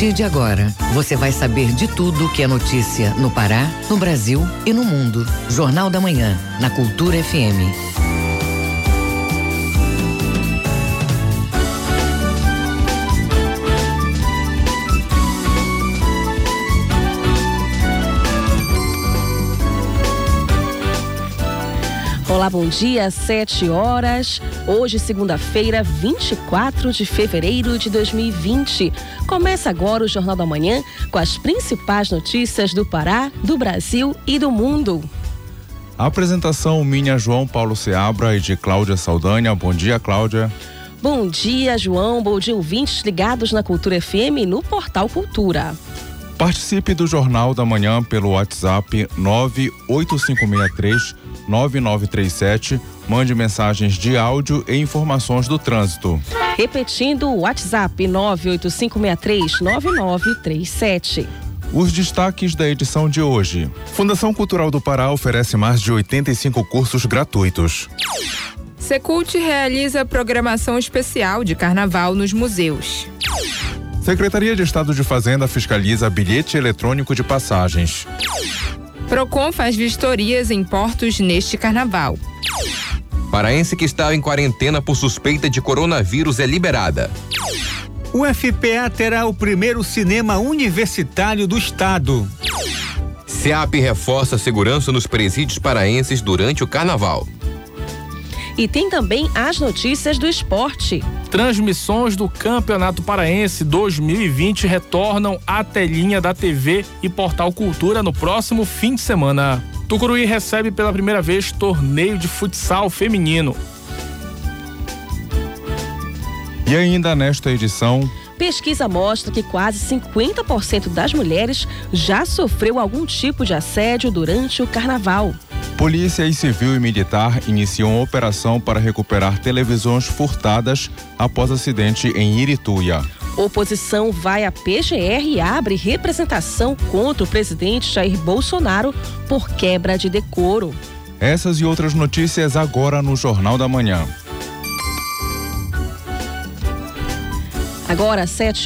partir de agora, você vai saber de tudo que é notícia no Pará, no Brasil e no mundo. Jornal da Manhã, na Cultura FM. Olá, bom dia, 7 horas. Hoje, segunda-feira, 24 de fevereiro de 2020. Começa agora o Jornal da Manhã com as principais notícias do Pará, do Brasil e do mundo. A apresentação minha, João Paulo Seabra e de Cláudia Saldanha. Bom dia, Cláudia. Bom dia, João. Bom dia, ouvintes ligados na Cultura FM e no Portal Cultura. Participe do Jornal da Manhã pelo WhatsApp 98563-9937. Mande mensagens de áudio e informações do trânsito. Repetindo o WhatsApp 98563-9937. Os destaques da edição de hoje. Fundação Cultural do Pará oferece mais de 85 cursos gratuitos. Secult realiza programação especial de carnaval nos museus. Secretaria de Estado de Fazenda fiscaliza bilhete eletrônico de passagens. Procon faz vistorias em portos neste carnaval. Paraense que estava em quarentena por suspeita de coronavírus é liberada. O FPA terá o primeiro cinema universitário do estado. SEAP reforça a segurança nos presídios paraenses durante o carnaval. E tem também as notícias do esporte. Transmissões do Campeonato Paraense 2020 retornam à telinha da TV e Portal Cultura no próximo fim de semana. Tucuruí recebe pela primeira vez torneio de futsal feminino. E ainda nesta edição... Pesquisa mostra que quase 50% das mulheres já sofreu algum tipo de assédio durante o carnaval. Polícia Civil e Militar iniciam operação para recuperar televisões furtadas após acidente em Irituia. Oposição vai à PGR e abre representação contra o presidente Jair Bolsonaro por quebra de decoro. Essas e outras notícias agora no Jornal da Manhã. Agora,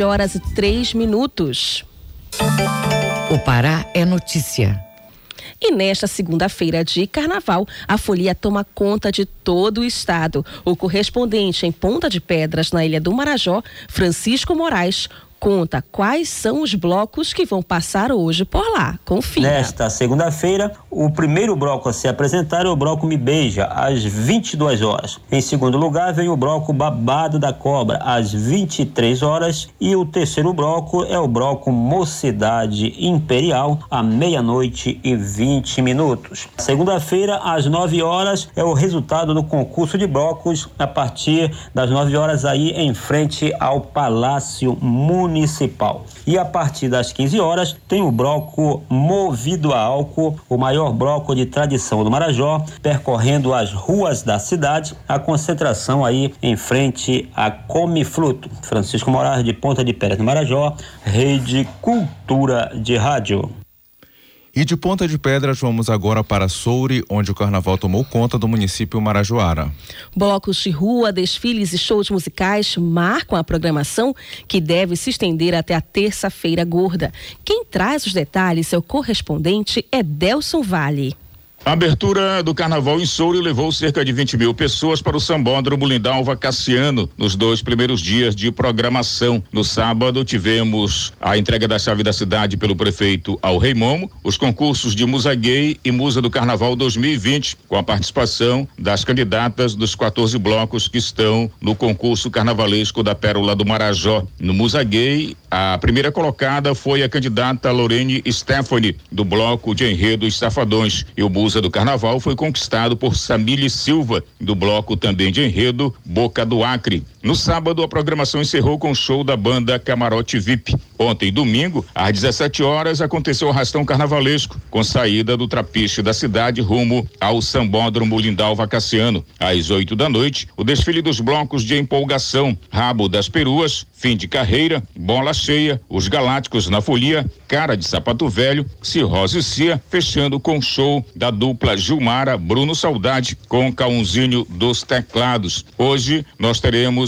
7h03. O Pará é notícia. E nesta segunda-feira de carnaval, a folia toma conta de todo o estado. O correspondente em Ponta de Pedras, na Ilha do Marajó, Francisco Moraes, conta quais são os blocos que vão passar hoje por lá. Confira. Nesta segunda-feira, o primeiro bloco a se apresentar é o bloco Me Beija, às 22 horas. Em segundo lugar, vem o bloco Babado da Cobra, às 23 horas. E o terceiro bloco é o bloco Mocidade Imperial, à 00:20. Segunda-feira, às 9 horas, é o resultado do concurso de blocos, a partir das 9 horas aí em frente ao Palácio Municipal. E a partir das 15 horas tem o bloco Movido a Álcool, o maior bloco de tradição do Marajó, percorrendo as ruas da cidade, a concentração aí em frente a Comifruto. Francisco Moraes, de Ponta de Pedras, no Marajó, Rede Cultura de Rádio. E de Ponta de Pedras vamos agora para Soure, onde o carnaval tomou conta do município marajoara. Blocos de rua, desfiles e shows musicais marcam a programação, que deve se estender até a terça-feira gorda. Quem traz os detalhes é o correspondente Edelson Vale. A abertura do carnaval em Soure levou cerca de 20 mil pessoas para o Sambódromo Lindalva Cassiano nos 2 primeiros dias de programação. No sábado tivemos a entrega da chave da cidade pelo prefeito ao Rei Momo, os concursos de Musa Gay e Musa do Carnaval 2020, com a participação das candidatas dos 14 blocos que estão no concurso carnavalesco da Pérola do Marajó. No Musa Gay, a primeira colocada foi a candidata Lorene Stephanie, do bloco de enredo Safadões, e o Musa do Carnaval foi conquistado por Samile Silva, do bloco também de enredo Boca do Acre. No sábado, a programação encerrou com o show da banda Camarote VIP. Ontem, domingo, às 17 horas, aconteceu o arrastão carnavalesco, com saída do trapiche da cidade rumo ao Sambódromo Lindalva Cassiano. Às 8 da noite, o desfile dos blocos de empolgação, Rabo das Peruas, Fim de Carreira, Bola Cheia, Os Galácticos na Folia, Cara de Sapato Velho, Cirrose Cia, fechando com o show da dupla Gilmara Bruno Saudade com Caunzinho dos Teclados. Hoje nós teremos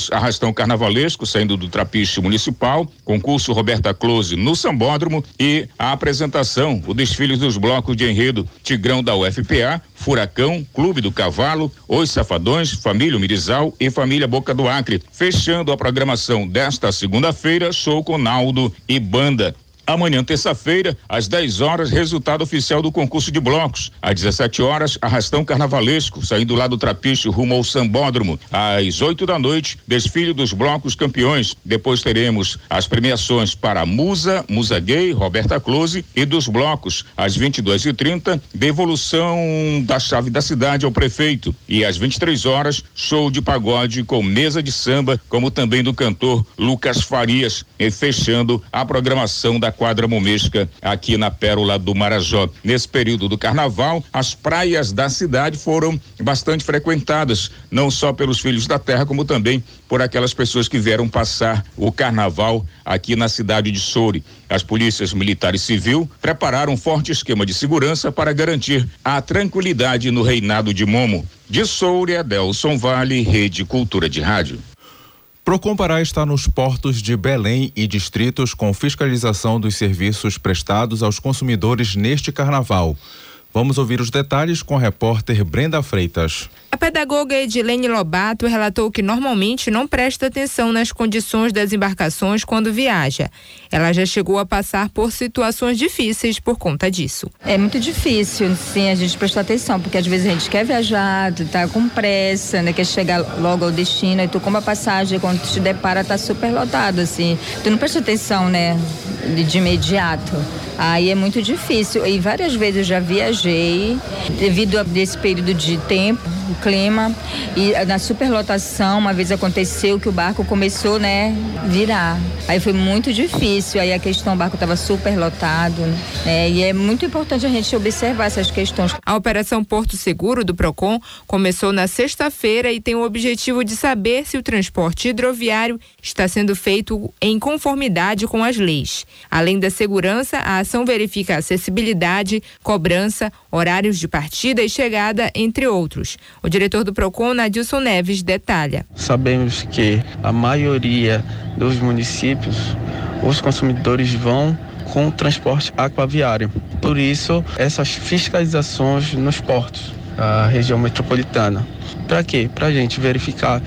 tivemos arrastão carnavalesco saindo do Trapiche Municipal, concurso Roberta Close no Sambódromo e a apresentação, o desfile dos blocos de enredo Tigrão da UFPA, Furacão, Clube do Cavalo, Os Safadões, Família Mirizal e Família Boca do Acre. Fechando a programação desta segunda-feira, show com Naldo e banda. Amanhã, terça-feira, às 10 horas, resultado oficial do concurso de blocos. Às 17 horas, arrastão carnavalesco, saindo lá do Trapiche rumo ao Sambódromo. Às 8 da noite, desfile dos blocos campeões. Depois teremos as premiações para Musa Gay, Roberta Close e dos blocos. Às 22h30, devolução da chave da cidade ao prefeito. E às 23 horas, show de pagode com mesa de samba, como também do cantor Lucas Farias. E fechando a programação da quadra momesca aqui na Pérola do Marajó. Nesse período do carnaval, as praias da cidade foram bastante frequentadas, não só pelos filhos da terra, como também por aquelas pessoas que vieram passar o carnaval aqui na cidade de Soure. As polícias militar e civil prepararam um forte esquema de segurança para garantir a tranquilidade no reinado de Momo. De Soure, Adelson Vale, Rede Cultura de Rádio. Procon Pará está nos portos de Belém e distritos com fiscalização dos serviços prestados aos consumidores neste carnaval. Vamos ouvir os detalhes com a repórter Brenda Freitas. A pedagoga Edilene Lobato relatou que normalmente não presta atenção nas condições das embarcações quando viaja. Ela já chegou a passar por situações difíceis por conta disso. É muito difícil, sim, a gente prestar atenção, porque às vezes a gente quer viajar, tá com pressa, né, quer chegar logo ao destino, e tu compra a passagem, quando tu te depara tá super lotado, assim. Tu não presta atenção, né, de imediato. Aí é muito difícil, e várias vezes eu já viajei, devido a esse período de tempo, o clima, e na superlotação, uma vez aconteceu que o barco começou, né, virar. Aí foi muito difícil, aí a questão, o barco estava superlotado, né, e é muito importante a gente observar essas questões. A Operação Porto Seguro do Procon começou na sexta-feira e tem o objetivo de saber se o transporte hidroviário está sendo feito em conformidade com as leis. Além da segurança, a ação verifica a acessibilidade, cobrança, horários de partida e chegada, entre outros. O diretor do Procon, Nadilson Neves, detalha. Sabemos que a maioria dos municípios, os consumidores vão com transporte aquaviário. Por isso, essas fiscalizações nos portos, a região metropolitana. Para quê? Para a gente verificar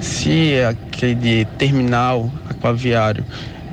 se aquele terminal aquaviário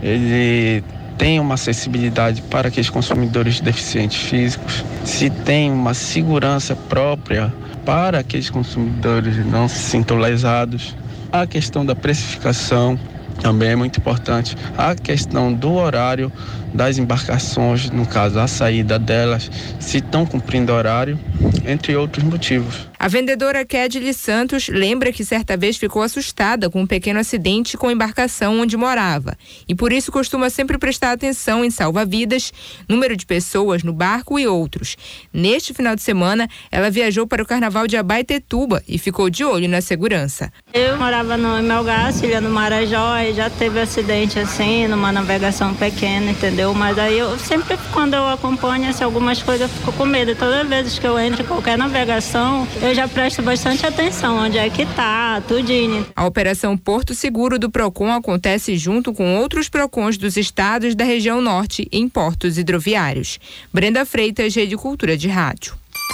ele tem uma acessibilidade para aqueles consumidores deficientes físicos, se tem uma segurança própria para aqueles consumidores não se sintam lesados. A questão da precificação também é muito importante. A questão do horário das embarcações, no caso a saída delas, se estão cumprindo horário, entre outros motivos. A vendedora Kedley Santos lembra que certa vez ficou assustada com um pequeno acidente com a embarcação onde morava e por isso costuma sempre prestar atenção em salva-vidas, número de pessoas no barco e outros. Neste final de semana, ela viajou para o Carnaval de Abaetetuba e ficou de olho na segurança. Eu morava no Melgaço, ilha do Marajó, e já teve acidente assim, numa navegação pequena, entendeu? Mas aí eu sempre, quando eu acompanho assim, algumas coisas, eu fico com medo. Toda vez que eu entro em qualquer navegação, eu já presto bastante atenção onde é que tá, tudinho. A Operação Porto Seguro do Procon acontece junto com outros Procons dos estados da região norte em portos hidroviários. Brenda Freitas, Rede Cultura de Rádio.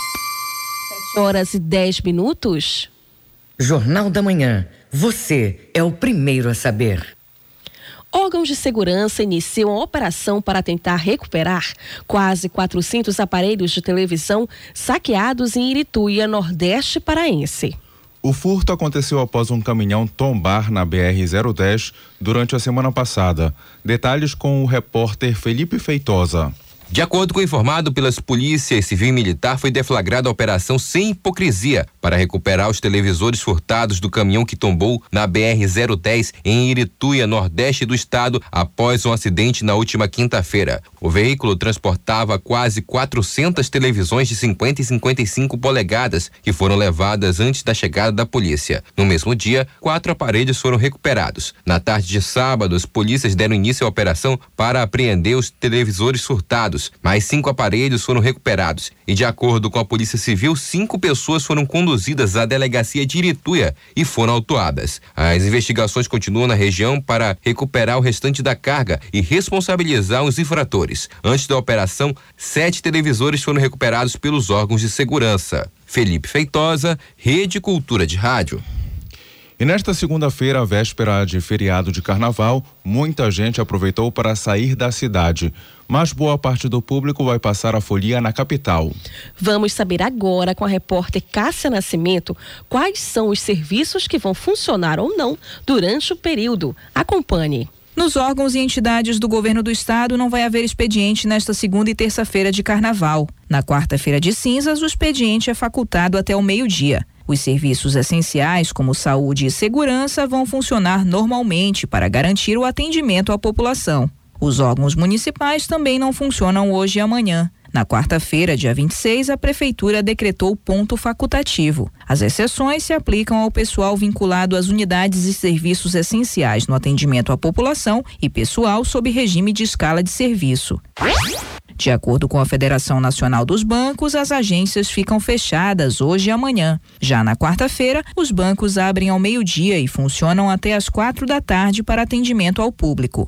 7h10. Jornal da Manhã. Você é o primeiro a saber. Órgãos de segurança iniciam a operação para tentar recuperar quase 400 aparelhos de televisão saqueados em Irituia, Nordeste paraense. O furto aconteceu após um caminhão tombar na BR-010 durante a semana passada. Detalhes com o repórter Felipe Feitosa. De acordo com o informado pelas polícias civil e militar, foi deflagrada a operação Sem Hipocrisia para recuperar os televisores furtados do caminhão que tombou na BR-010 em Irituia, Nordeste do estado, após um acidente na última quinta-feira. O veículo transportava quase 400 televisões de 50 e 55 polegadas que foram levadas antes da chegada da polícia. No mesmo dia, 4 aparelhos foram recuperados. Na tarde de sábado, as polícias deram início à operação para apreender os televisores furtados. feridos. Mais 5 aparelhos foram recuperados e, de acordo com a Polícia Civil, 5 pessoas foram conduzidas à delegacia de Irituia e foram autuadas. As investigações continuam na região para recuperar o restante da carga e responsabilizar os infratores. Antes da operação, 7 televisores foram recuperados pelos órgãos de segurança. Felipe Feitosa, Rede Cultura de Rádio. E nesta segunda-feira, véspera de feriado de carnaval, muita gente aproveitou para sair da cidade. Mas boa parte do público vai passar a folia na capital. Vamos saber agora com a repórter Cássia Nascimento quais são os serviços que vão funcionar ou não durante o período. Acompanhe. Nos órgãos e entidades do governo do estado não vai haver expediente nesta segunda e terça-feira de carnaval. Na quarta-feira de cinzas, o expediente é facultado até o meio-dia. Os serviços essenciais, como saúde e segurança, vão funcionar normalmente para garantir o atendimento à população. Os órgãos municipais também não funcionam hoje e amanhã. Na quarta-feira, dia 26, a Prefeitura decretou ponto facultativo. As exceções se aplicam ao pessoal vinculado às unidades e serviços essenciais no atendimento à população e pessoal sob regime de escala de serviço. De acordo com a Federação Nacional dos Bancos, as agências ficam fechadas hoje e amanhã. Já na quarta-feira, os bancos abrem ao meio-dia e funcionam até às 4 da tarde para atendimento ao público.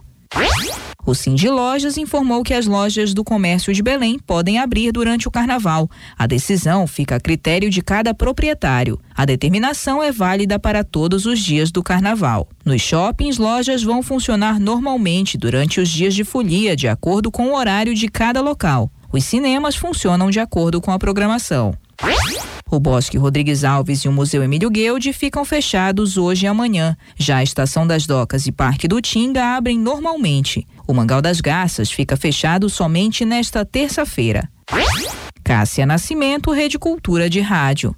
O Sindilojas informou que as lojas do comércio de Belém podem abrir durante o carnaval. A decisão fica a critério de cada proprietário. A determinação é válida para todos os dias do carnaval. Nos shoppings, lojas vão funcionar normalmente durante os dias de folia, de acordo com o horário de cada local. Os cinemas funcionam de acordo com a programação. O Bosque Rodrigues Alves e o Museu Emílio Gueldi ficam fechados hoje e amanhã. Já a Estação das Docas e Parque do Tinga abrem normalmente. O Mangal das Garças fica fechado somente nesta terça-feira. Cássia Nascimento, Rede Cultura de Rádio.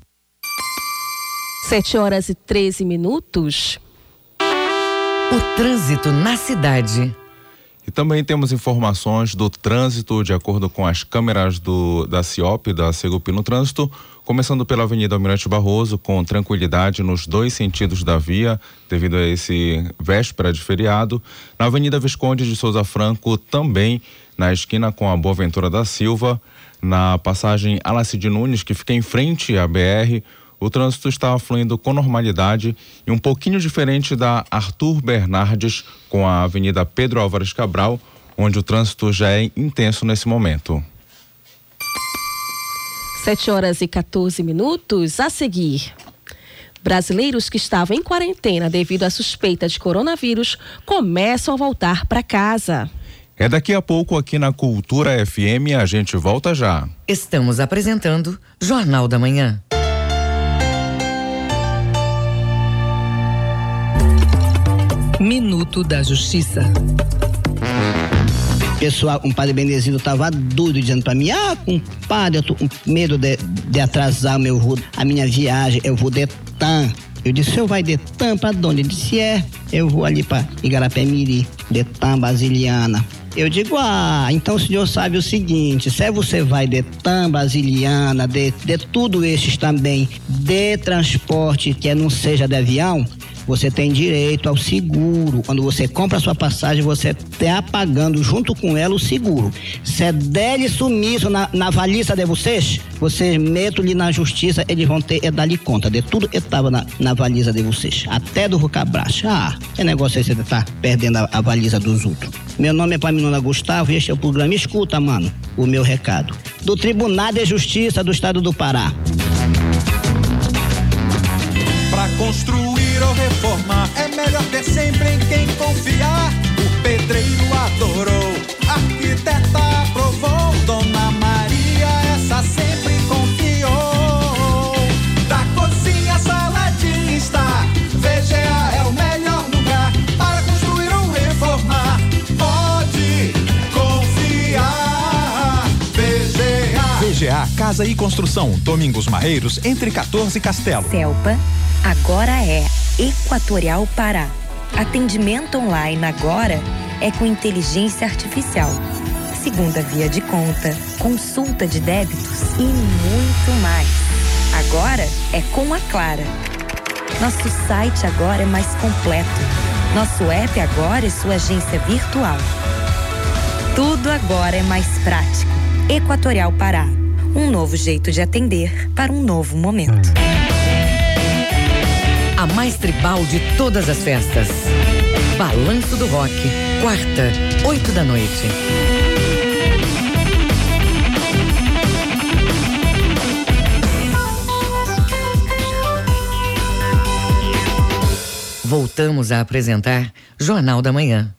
7h13. O trânsito na cidade. E também temos informações do trânsito de acordo com as câmeras da CIOP, da Segupi no Trânsito, começando pela Avenida Almirante Barroso, com tranquilidade nos 2 sentidos da via, devido a esse véspera de feriado. Na Avenida Visconde de Souza Franco, também na esquina com a Boaventura da Silva, na passagem Alacide Nunes, que fica em frente à BR, o trânsito está fluindo com normalidade e um pouquinho diferente da Arthur Bernardes com a Avenida Pedro Álvares Cabral, onde o trânsito já é intenso nesse momento. 7h14. A seguir. Brasileiros que estavam em quarentena devido à suspeita de coronavírus começam a voltar para casa. É daqui a pouco aqui na Cultura FM, a gente volta já. Estamos apresentando Jornal da Manhã. Minuto da Justiça. Pessoal, um padre Benedito tava doido dizendo pra mim: compadre, eu tô com medo de atrasar a minha viagem, eu vou de TAM. Eu disse: o senhor vai de TAM pra onde? Ele disse: eu vou ali pra Igarapé-Miri, de TAM Basiliana. Eu digo: então o senhor sabe o seguinte, se você vai de TAM Basiliana, de tudo esses também, de transporte que não seja de avião, você tem direito ao seguro. Quando você compra a sua passagem, você está pagando junto com ela o seguro. Se der sumiço na valisa de vocês metam-lhe na justiça, eles vão ter dar-lhe conta de tudo que estava na valisa de vocês, até do Rucabracha. Que negócio é esse de estar perdendo a valisa dos outros? Meu nome é Paminona Gustavo e este é o programa Escuta, mano, o meu recado. Do Tribunal de Justiça do Estado do Pará. Pra construir ou reformar é melhor ter sempre em quem confiar. O pedreiro adorou, a arquiteta aprovou, Dona Maria essa sempre confiou. Da cozinha à sala de estar, VGA é o melhor lugar para construir ou reformar. Pode confiar, VGA, Casa e Construção, Domingos Marreiros, entre 14 e Castelo. Celpa agora é Equatorial Pará. Atendimento online agora é com inteligência artificial, segunda via de conta, consulta de débitos e muito mais. Agora é com a Clara. Nosso site agora é mais completo. Nosso app agora é sua agência virtual. Tudo agora é mais prático. Equatorial Pará. Um novo jeito de atender para um novo momento. A mais tribal de todas as festas. Balanço do Rock. Quarta, 8 da noite. Voltamos a apresentar Jornal da Manhã.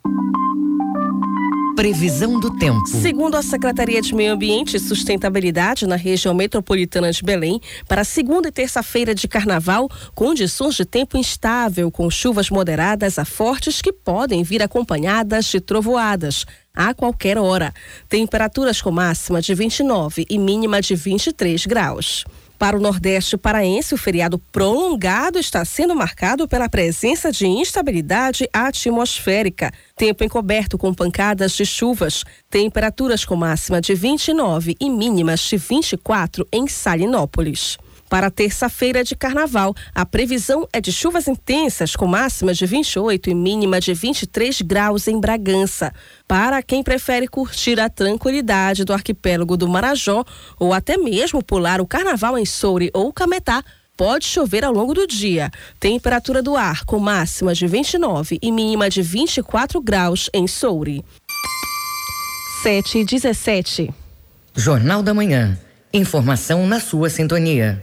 Previsão do tempo. Segundo a Secretaria de Meio Ambiente e Sustentabilidade na região metropolitana de Belém, para segunda e terça-feira de carnaval, condições de tempo instável, com chuvas moderadas a fortes que podem vir acompanhadas de trovoadas a qualquer hora. Temperaturas com máxima de 29 e mínima de 23 graus. Para o Nordeste paraense, o feriado prolongado está sendo marcado pela presença de instabilidade atmosférica. Tempo encoberto com pancadas de chuvas. Temperaturas com máxima de 29 e mínimas de 24 em Salinópolis. Para terça-feira de carnaval, a previsão é de chuvas intensas com máxima de 28 e mínima de 23 graus em Bragança. Para quem prefere curtir a tranquilidade do arquipélago do Marajó ou até mesmo pular o carnaval em Soure ou Cametá, pode chover ao longo do dia. Temperatura do ar com máxima de 29 e mínima de 24 graus em Soure. 7h17. Jornal da Manhã. Informação na sua sintonia.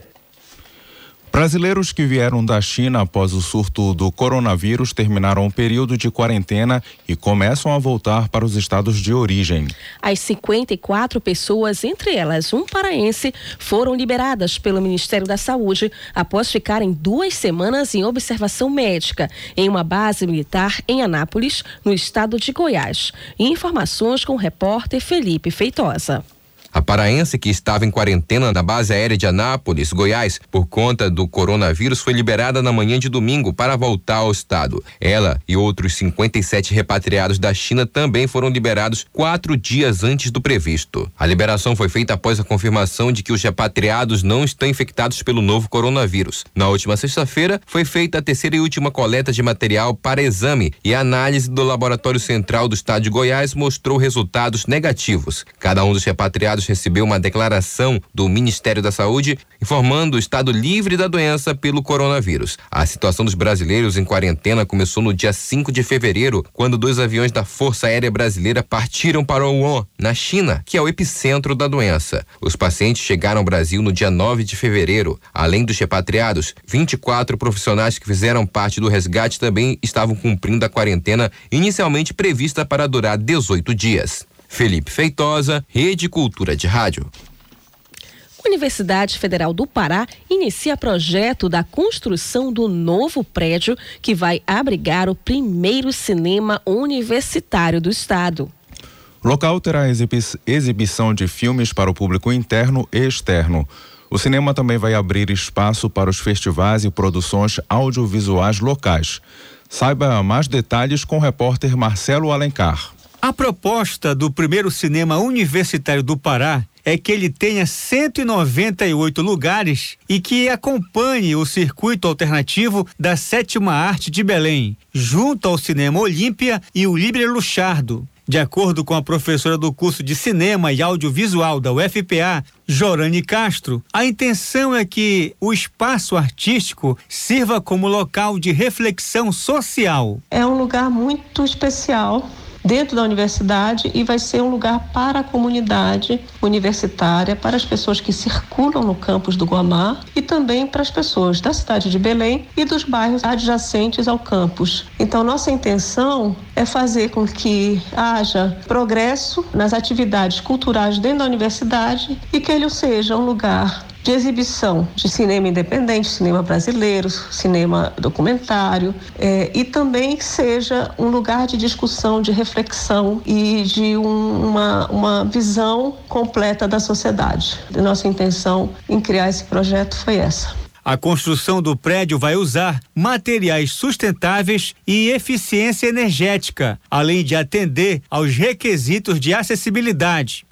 Brasileiros que vieram da China após o surto do coronavírus terminaram o período de quarentena e começam a voltar para os estados de origem. As 54 pessoas, entre elas um paraense, foram liberadas pelo Ministério da Saúde após ficarem 2 semanas em observação médica em uma base militar em Anápolis, no estado de Goiás. Informações com o repórter Felipe Feitosa. A paraense que estava em quarentena na base aérea de Anápolis, Goiás, por conta do coronavírus, foi liberada na manhã de domingo para voltar ao estado. Ela e outros 57 repatriados da China também foram liberados 4 dias antes do previsto. A liberação foi feita após a confirmação de que os repatriados não estão infectados pelo novo coronavírus. Na última sexta-feira, foi feita a terceira e última coleta de material para exame e a análise do Laboratório Central do Estado de Goiás mostrou resultados negativos. Cada um dos repatriados recebeu uma declaração do Ministério da Saúde informando o estado livre da doença pelo coronavírus. A situação dos brasileiros em quarentena começou no dia 5 de fevereiro, quando 2 aviões da Força Aérea Brasileira partiram para Wuhan, na China, que é o epicentro da doença. Os pacientes chegaram ao Brasil no dia 9 de fevereiro. Além dos repatriados, 24 profissionais que fizeram parte do resgate também estavam cumprindo a quarentena inicialmente prevista para durar 18 dias. Felipe Feitosa, Rede Cultura de Rádio. Universidade Federal do Pará inicia projeto da construção do novo prédio que vai abrigar o primeiro cinema universitário do estado. O local terá exibição de filmes para o público interno e externo. O cinema também vai abrir espaço para os festivais e produções audiovisuais locais. Saiba mais detalhes com o repórter Marcelo Alencar. A proposta do primeiro cinema universitário do Pará é que ele tenha 198 lugares e que acompanhe o circuito alternativo da 7ª Arte de Belém, junto ao Cinema Olímpia e o Libre Luchardo. De acordo com a professora do curso de Cinema e Audiovisual da UFPA, Jorane Castro, a intenção é que o espaço artístico sirva como local de reflexão social. É um lugar muito especial dentro da universidade e vai ser um lugar para a comunidade universitária, para as pessoas que circulam no campus do Guamá e também para as pessoas da cidade de Belém e dos bairros adjacentes ao campus. Então, nossa intenção é fazer com que haja progresso nas atividades culturais dentro da universidade e que ele seja um lugar de exibição de cinema independente, cinema brasileiro, cinema documentário, e também seja um lugar de discussão, de reflexão e de uma visão completa da sociedade. A nossa intenção em criar esse projeto foi essa. A construção do prédio vai usar materiais sustentáveis e eficiência energética, além de atender aos requisitos de acessibilidade.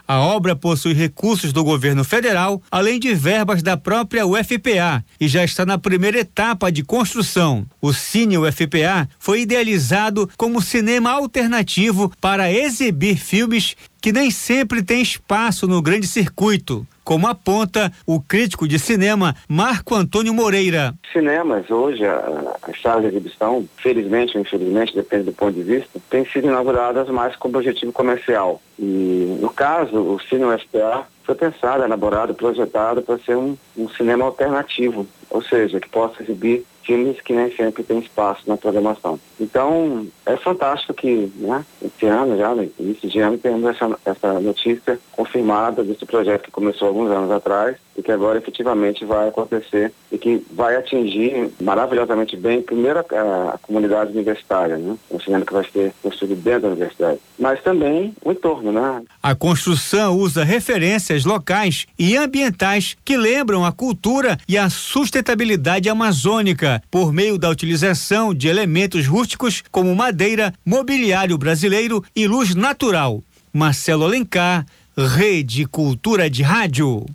A obra possui recursos do governo federal, além de verbas da própria UFPA, e já está na primeira etapa de construção. O Cine UFPA foi idealizado como cinema alternativo para exibir filmes que nem sempre têm espaço no grande circuito, como aponta o crítico de cinema Marco Antônio Moreira. Cinemas hoje, as salas de exibição, felizmente ou infelizmente, depende do ponto de vista, têm sido inauguradas mais com objetivo comercial. E no caso, o Cine UFPA foi pensado, elaborado, projetado para ser um cinema alternativo, ou seja, que possa exibir filmes que nem sempre tem espaço na programação. Então, é fantástico que, esse ano já, no início de ano, temos essa notícia confirmada desse projeto que começou alguns anos atrás e que agora efetivamente vai acontecer e que vai atingir maravilhosamente bem, primeiro a comunidade universitária, um cinema que vai ser construído dentro da universidade, mas também o entorno, A construção usa referências locais e ambientais que lembram a cultura e a sustentabilidade amazônica, por meio da utilização de elementos rústicos como madeira, mobiliário brasileiro e luz natural. Marcelo Alencar, Rede Cultura de Rádio.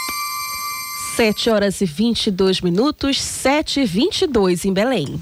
7h22, 7h22 em Belém.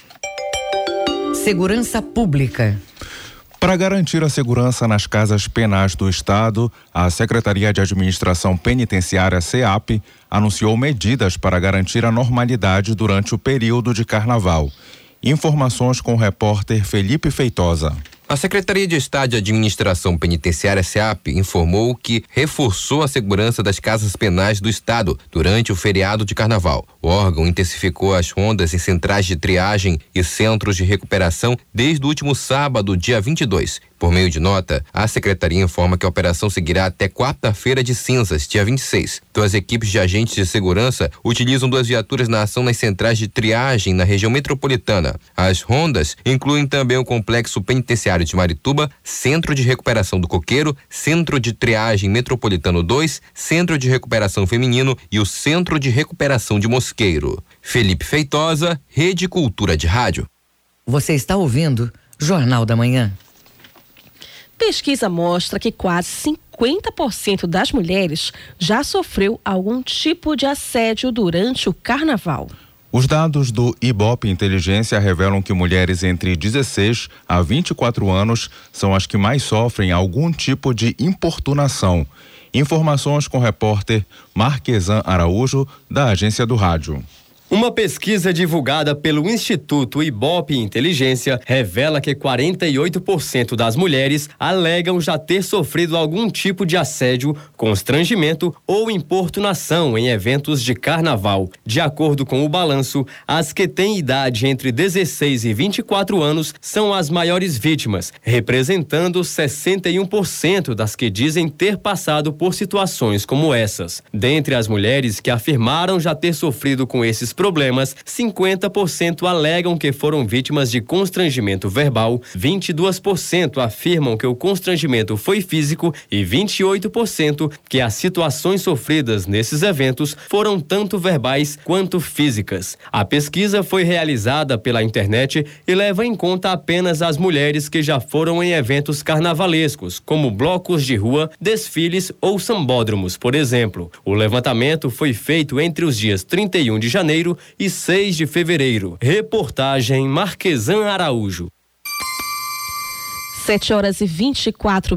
Segurança Pública. Para garantir a segurança nas casas penais do Estado, a Secretaria de Administração Penitenciária, SEAP, anunciou medidas para garantir a normalidade durante o período de Carnaval. Informações com o repórter Felipe Feitosa. A Secretaria de Estado de Administração Penitenciária, SEAP, informou que reforçou a segurança das casas penais do Estado durante o feriado de Carnaval. O órgão intensificou as rondas em centrais de triagem e centros de recuperação desde o último sábado, dia 22. Por meio de nota, a Secretaria informa que a operação seguirá até quarta-feira de cinzas, dia 26. Então, as equipes de agentes de segurança utilizam 2 viaturas na ação nas centrais de triagem na região metropolitana. As rondas incluem também o Complexo Penitenciário de Marituba, Centro de Recuperação do Coqueiro, Centro de Triagem Metropolitano 2, Centro de Recuperação Feminino e o Centro de Recuperação de Mosqueiro. Felipe Feitosa, Rede Cultura de Rádio. Você está ouvindo Jornal da Manhã. Pesquisa mostra que quase 50% das mulheres já sofreu algum tipo de assédio durante o Carnaval. Os dados do Ibope Inteligência revelam que mulheres entre 16 a 24 anos são as que mais sofrem algum tipo de importunação. Informações com o repórter Marquesan Araújo, da Agência do Rádio. Uma pesquisa divulgada pelo Instituto Ibope Inteligência revela que 48% das mulheres alegam já ter sofrido algum tipo de assédio, constrangimento ou importunação em eventos de carnaval. De acordo com o balanço, as que têm idade entre 16 e 24 anos são as maiores vítimas, representando 61% das que dizem ter passado por situações como essas. Dentre as mulheres que afirmaram já ter sofrido com esses problemas, 50% alegam que foram vítimas de constrangimento verbal, 22% afirmam que o constrangimento foi físico e 28% que as situações sofridas nesses eventos foram tanto verbais quanto físicas. A pesquisa foi realizada pela internet e leva em conta apenas as mulheres que já foram em eventos carnavalescos, como blocos de rua, desfiles ou sambódromos, por exemplo. O levantamento foi feito entre os dias 31 de janeiro e 6 de fevereiro. Reportagem Marquesan Araújo. 7h24,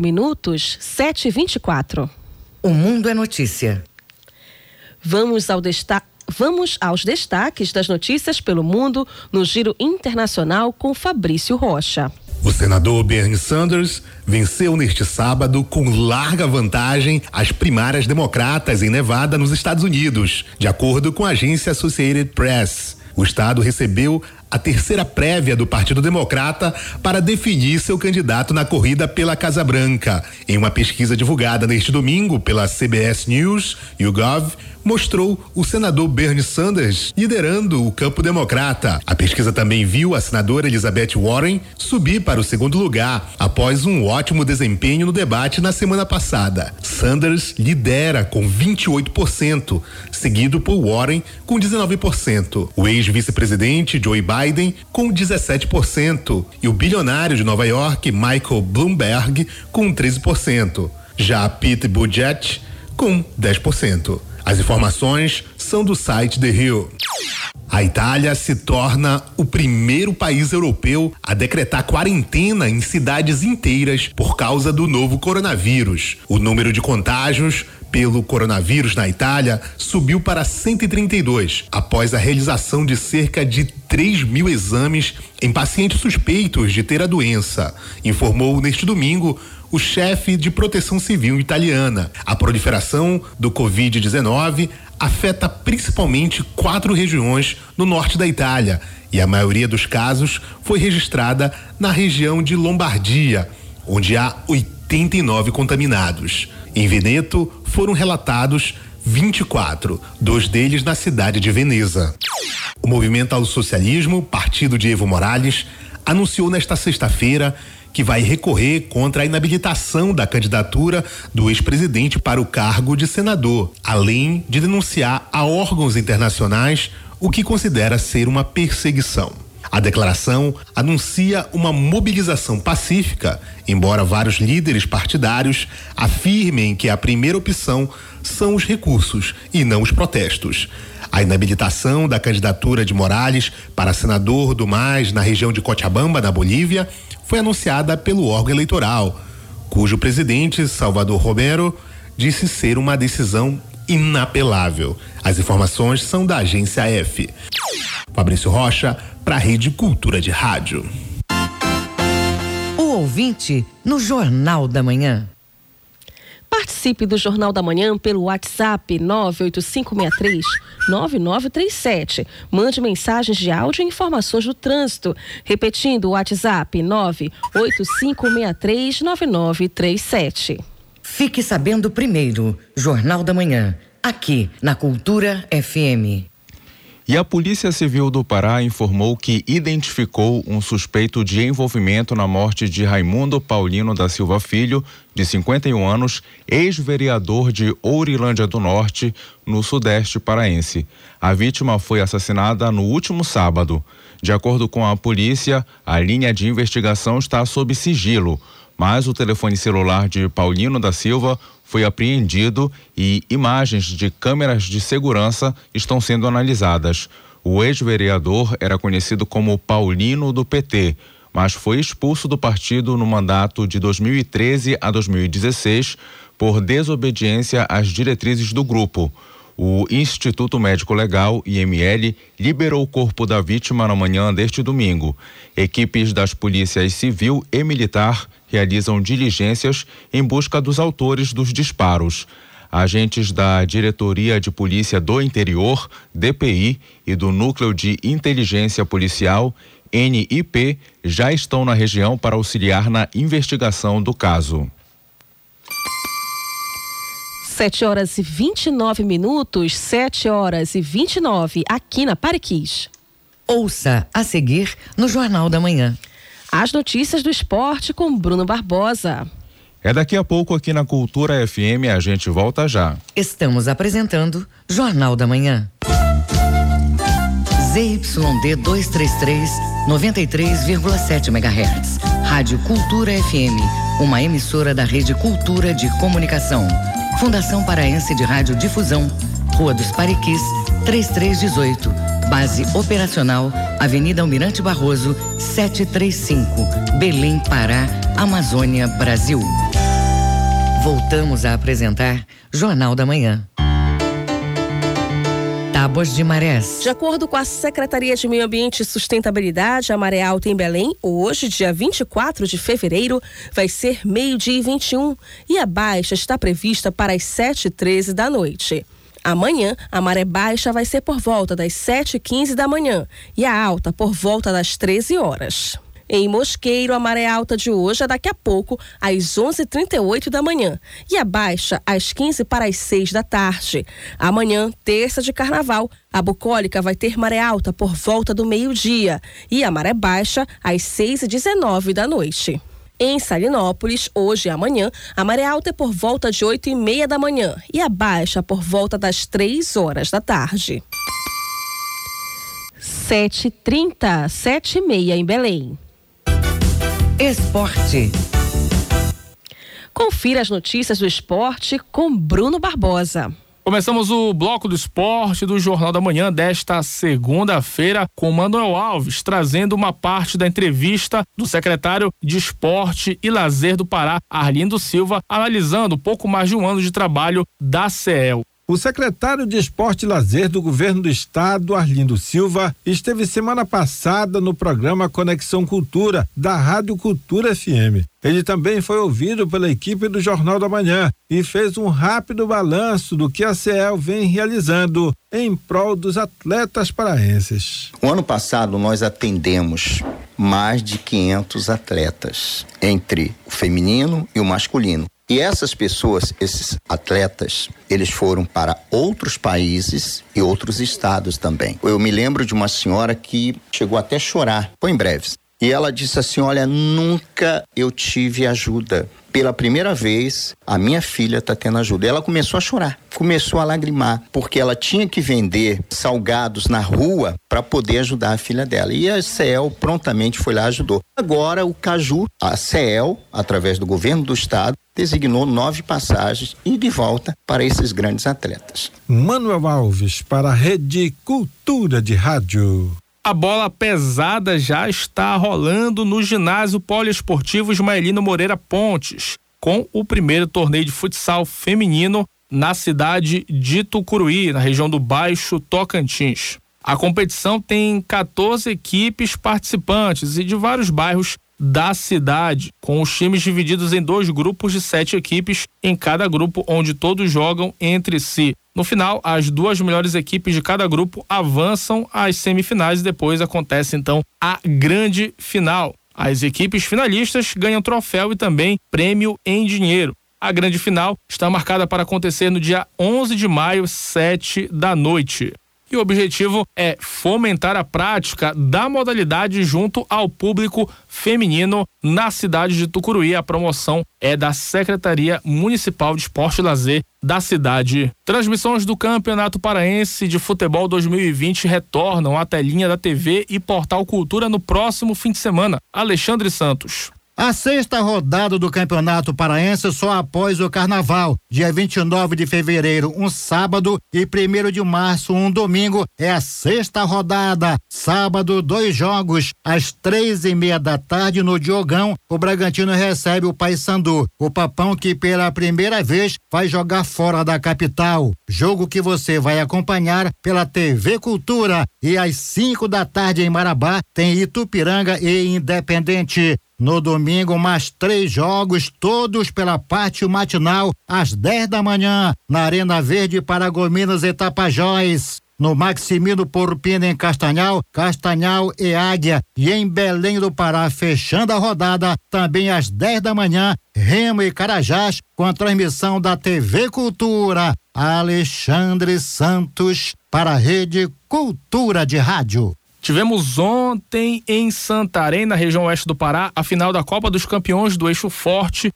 7h24. O Mundo é Notícia. Vamos aos destaques das notícias pelo mundo no Giro Internacional com Fabrício Rocha. O senador Bernie Sanders venceu neste sábado com larga vantagem as primárias democratas em Nevada, nos Estados Unidos, de acordo com a agência Associated Press. O estado recebeu a terceira prévia do Partido Democrata para definir seu candidato na corrida pela Casa Branca. Em uma pesquisa divulgada neste domingo pela CBS News, YouGov mostrou o senador Bernie Sanders liderando o campo democrata. A pesquisa também viu a senadora Elizabeth Warren subir para o segundo lugar após um ótimo desempenho no debate na semana passada. Sanders lidera com 28%, seguido por Warren com 19%. O ex-vice-presidente Joe Biden com 17% e o bilionário de Nova York Michael Bloomberg com 13%. Já a Pete Buttigieg com 10%. As informações são do site The Hill. A Itália se torna o primeiro país europeu a decretar quarentena em cidades inteiras por causa do novo coronavírus. O número de contágios pelo coronavírus na Itália subiu para 132, após a realização de cerca de 3.000 exames em pacientes suspeitos de ter a doença, informou neste domingo o chefe de Proteção Civil italiana. A proliferação do Covid-19 afeta principalmente 4 regiões no norte da Itália e a maioria dos casos foi registrada na região de Lombardia, onde há 89 contaminados. Em Veneto foram relatados 24, 2 deles na cidade de Veneza. O Movimento ao Socialismo, partido de Evo Morales, anunciou nesta sexta-feira que vai recorrer contra a inabilitação da candidatura do ex-presidente para o cargo de senador, além de denunciar a órgãos internacionais o que considera ser uma perseguição. A declaração anuncia uma mobilização pacífica, embora vários líderes partidários afirmem que a primeira opção são os recursos e não os protestos. A inabilitação da candidatura de Morales para senador do MAS na região de Cochabamba, na Bolívia, foi anunciada pelo órgão eleitoral, cujo presidente, Salvador Romero, disse ser uma decisão inapelável. As informações são da agência F. Fabrício Rocha, para a Rede Cultura de Rádio. O ouvinte no Jornal da Manhã. Participe do Jornal da Manhã pelo WhatsApp 98563-9937. Mande mensagens de áudio e informações do trânsito. Repetindo o WhatsApp 98563-9937. Fique sabendo primeiro, Jornal da Manhã, aqui na Cultura FM. E a Polícia Civil do Pará informou que identificou um suspeito de envolvimento na morte de Raimundo Paulino da Silva Filho, de 51 anos, ex-vereador de Ourilândia do Norte, no sudeste paraense. A vítima foi assassinada no último sábado. De acordo com a polícia, a linha de investigação está sob sigilo, mas o telefone celular de Paulino da Silva foi apreendido e imagens de câmeras de segurança estão sendo analisadas. O ex-vereador era conhecido como Paulino do PT, mas foi expulso do partido no mandato de 2013 a 2016 por desobediência às diretrizes do grupo. O Instituto Médico Legal, IML, liberou o corpo da vítima na manhã deste domingo. Equipes das polícias civil e militar realizam diligências em busca dos autores dos disparos. Agentes da Diretoria de Polícia do Interior, DPI, e do Núcleo de Inteligência Policial, NIP, já estão na região para auxiliar na investigação do caso. 7h29, 7h29, aqui na Pariquis. Ouça a seguir no Jornal da Manhã. As notícias do esporte com Bruno Barbosa. É daqui a pouco aqui na Cultura FM, a gente volta já. Estamos apresentando Jornal da Manhã. ZYD 233, 93,7 MHz. Rádio Cultura FM, uma emissora da Rede Cultura de Comunicação. Fundação Paraense de Rádio Difusão, Rua dos Pariquis, 3318. Base operacional, Avenida Almirante Barroso, 735, Belém, Pará, Amazônia, Brasil. Voltamos a apresentar Jornal da Manhã. Tábuas de marés. De acordo com a Secretaria de Meio Ambiente e Sustentabilidade, a maré alta em Belém, hoje, dia 24 de fevereiro, vai ser 12h21 e a baixa está prevista para as 7h13 da noite. Amanhã, a maré baixa vai ser por volta das 7h15 da manhã e a alta por volta das 13 horas. Em Mosqueiro, a maré alta de hoje é daqui a pouco, às 11h38 da manhã, e a baixa às 15 para as 6 da tarde. Amanhã, terça de carnaval, a bucólica vai ter maré alta por volta do meio-dia e a maré baixa às 6h19 da noite. Em Salinópolis, hoje e amanhã, a maré alta é por volta de 8h30 da manhã e a baixa por volta das 3 horas da tarde. 7h30, 7h30 em Belém. Esporte. Confira as notícias do esporte com Bruno Barbosa. Começamos o bloco do esporte do Jornal da Manhã desta segunda-feira com Manuel Alves, trazendo uma parte da entrevista do secretário de Esporte e Lazer do Pará, Arlindo Silva, analisando pouco mais de um ano de trabalho da CEL. O secretário de Esporte e Lazer do Governo do Estado, Arlindo Silva, esteve semana passada no programa Conexão Cultura, da Rádio Cultura FM. Ele também foi ouvido pela equipe do Jornal da Manhã e fez um rápido balanço do que a CEL vem realizando em prol dos atletas paraenses. O ano passado nós atendemos mais de 500 atletas, entre o feminino e o masculino. E essas pessoas, esses atletas, eles foram para outros países e outros estados também. Eu me lembro de uma senhora que chegou até a chorar, foi em breves. E ela disse assim, olha, nunca eu tive ajuda. Pela primeira vez, a minha filha está tendo ajuda. E ela começou a chorar, começou a lagrimar, porque ela tinha que vender salgados na rua para poder ajudar a filha dela. E a CEL prontamente foi lá e ajudou. Agora o Caju, a CEL, através do governo do estado, designou 9 passagens e de volta para esses grandes atletas. Manuel Alves, para a Rede Cultura de Rádio. A bola pesada já está rolando no ginásio poliesportivo Ismaelino Moreira Pontes, com o primeiro torneio de futsal feminino na cidade de Tucuruí, na região do Baixo Tocantins. A competição tem 14 equipes participantes e de vários bairros da cidade, com os times divididos em 2 grupos de 7 equipes em cada grupo, onde todos jogam entre si. No final, as 2 melhores equipes de cada grupo avançam às semifinais e depois acontece então a grande final. As equipes finalistas ganham troféu e também prêmio em dinheiro. A grande final está marcada para acontecer no dia 11 de maio, 7 da noite. E o objetivo é fomentar a prática da modalidade junto ao público feminino na cidade de Tucuruí. A promoção é da Secretaria Municipal de Esporte e Lazer da cidade. Transmissões do Campeonato Paraense de Futebol 2020 retornam à telinha da TV e Portal Cultura no próximo fim de semana. Alexandre Santos. A 6ª rodada do Campeonato Paraense só após o Carnaval. Dia 29 de fevereiro, um sábado, e 1º de março, um domingo, é a 6ª rodada. Sábado, 2 jogos. Às 3:30 da tarde, no Diogão, o Bragantino recebe o Paysandu. O Papão, que pela primeira vez vai jogar fora da capital. Jogo que você vai acompanhar pela TV Cultura. E às 5 da tarde, em Marabá, tem Itupiranga e Independente. No domingo, mais 3 jogos, todos pela parte matinal, às 10 da manhã, na Arena Verde, Paragominas e Tapajós. No Maximino Porpina, em Castanhal, Castanhal e Águia. E em Belém do Pará, fechando a rodada, também às 10 da manhã, Remo e Carajás, com a transmissão da TV Cultura. Alexandre Santos, para a Rede Cultura de Rádio. Tivemos ontem em Santarém, na região oeste do Pará, a final da Copa dos Campeões do Eixo Forte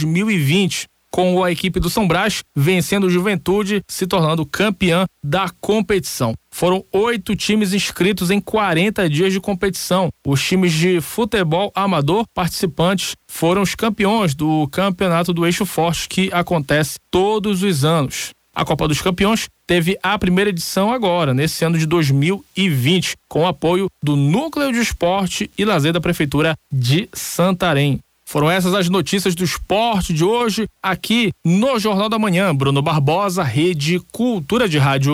2020, com a equipe do São Brás vencendo o Juventude, se tornando campeã da competição. Foram 8 times inscritos em 40 dias de competição. Os times de futebol amador participantes foram os campeões do Campeonato do Eixo Forte, que acontece todos os anos. A Copa dos Campeões teve a primeira edição agora, nesse ano de 2020, com o apoio do Núcleo de Esporte e Lazer da Prefeitura de Santarém. Foram essas as notícias do esporte de hoje, aqui no Jornal da Manhã. Bruno Barbosa, Rede Cultura de Rádio.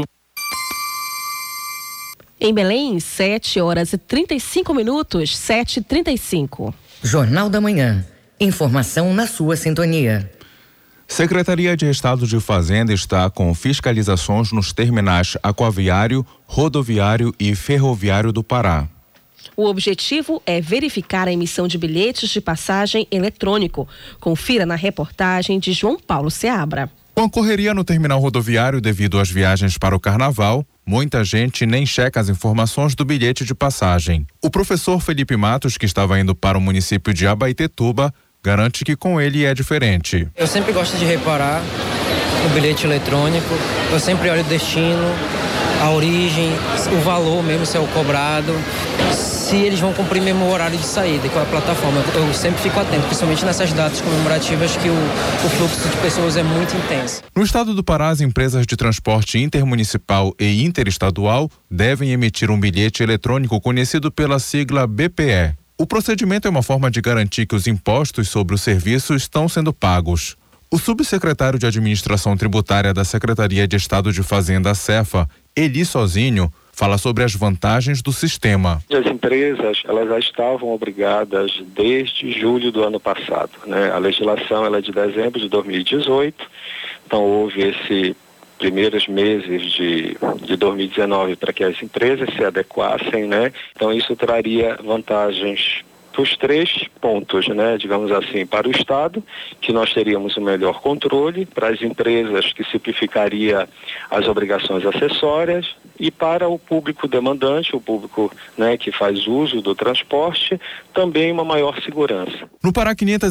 Em Belém, 7h35, 7h35. Jornal da Manhã. Informação na sua sintonia. Secretaria de Estado de Fazenda está com fiscalizações nos terminais aquaviário, rodoviário e ferroviário do Pará. O objetivo é verificar a emissão de bilhetes de passagem eletrônico. Confira na reportagem de João Paulo Seabra. Com a correria no terminal rodoviário devido às viagens para o Carnaval, muita gente nem checa as informações do bilhete de passagem. O professor Felipe Matos, que estava indo para o município de Abaetetuba, garante que com ele é diferente. Eu sempre gosto de reparar no bilhete eletrônico, eu sempre olho o destino, a origem, o valor mesmo, se é o cobrado. se eles vão cumprir mesmo o horário de saída com a plataforma. Eu sempre fico atento, principalmente nessas datas comemorativas que o fluxo de pessoas é muito intenso. No estado do Pará, as empresas de transporte intermunicipal e interestadual devem emitir um bilhete eletrônico conhecido pela sigla BPE. O procedimento é uma forma de garantir que os impostos sobre o serviço estão sendo pagos. O subsecretário de Administração Tributária da Secretaria de Estado de Fazenda, Cefa, Eli Sozinho, fala sobre as vantagens do sistema. As empresas, elas já estavam obrigadas desde julho do ano passado, né? A legislação ela é de dezembro de 2018, então houve esse primeiros meses de 2019 para que as empresas se adequassem, né? Então isso traria vantagens para os 3 pontos, né? Digamos assim, para o Estado, que nós teríamos o melhor controle, para as empresas que simplificaria as obrigações acessórias e para o público demandante, o público, né, que faz uso do transporte, também uma maior segurança. No Pará,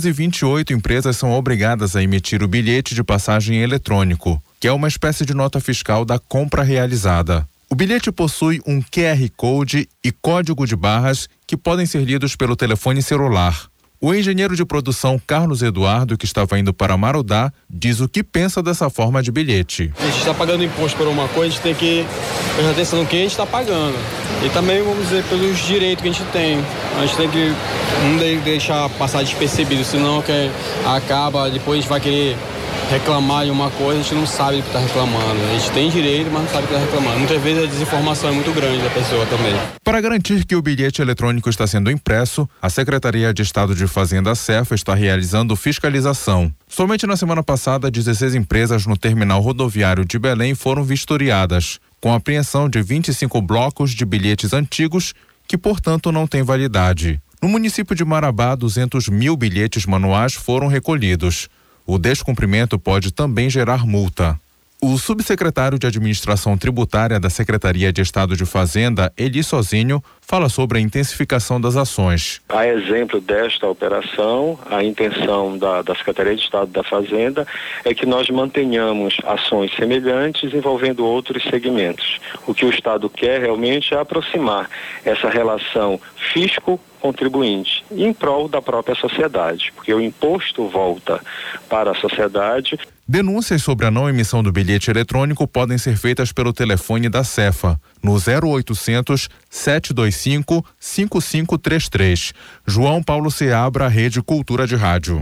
528 empresas são obrigadas a emitir o bilhete de passagem eletrônico, que é uma espécie de nota fiscal da compra realizada. O bilhete possui um QR Code e código de barras que podem ser lidos pelo telefone celular. O engenheiro de produção Carlos Eduardo, que estava indo para Marudá, diz o que pensa dessa forma de bilhete. A gente está pagando imposto por uma coisa, a gente tem que prestar atenção no que a gente está pagando. E também, vamos dizer, pelos direitos que a gente tem. A gente tem que não deixar passar despercebido, senão que acaba, depois vai querer reclamar de uma coisa, a gente não sabe do que está reclamando. A gente tem direito, mas não sabe o que está reclamando. Muitas vezes a desinformação é muito grande da pessoa também. Para garantir que o bilhete eletrônico está sendo impresso, a Secretaria de Estado de Fazenda, Cefa, está realizando fiscalização. Somente na semana passada, 16 empresas no terminal rodoviário de Belém foram vistoriadas, com apreensão de 25 blocos de bilhetes antigos que, portanto, não têm validade. No município de Marabá, 200 mil bilhetes manuais foram recolhidos. O descumprimento pode também gerar multa. O subsecretário de Administração Tributária da Secretaria de Estado de Fazenda, Eli Sozinho, fala sobre a intensificação das ações. A exemplo desta operação, a intenção da Secretaria de Estado da Fazenda é que nós mantenhamos ações semelhantes envolvendo outros segmentos. O que o Estado quer realmente é aproximar essa relação fisco-contribuinte em prol da própria sociedade, porque o imposto volta para a sociedade. Denúncias sobre a não emissão do bilhete eletrônico podem ser feitas pelo telefone da Cefa, no 0800 725 5533. João Paulo Seabra, Rede Cultura de Rádio.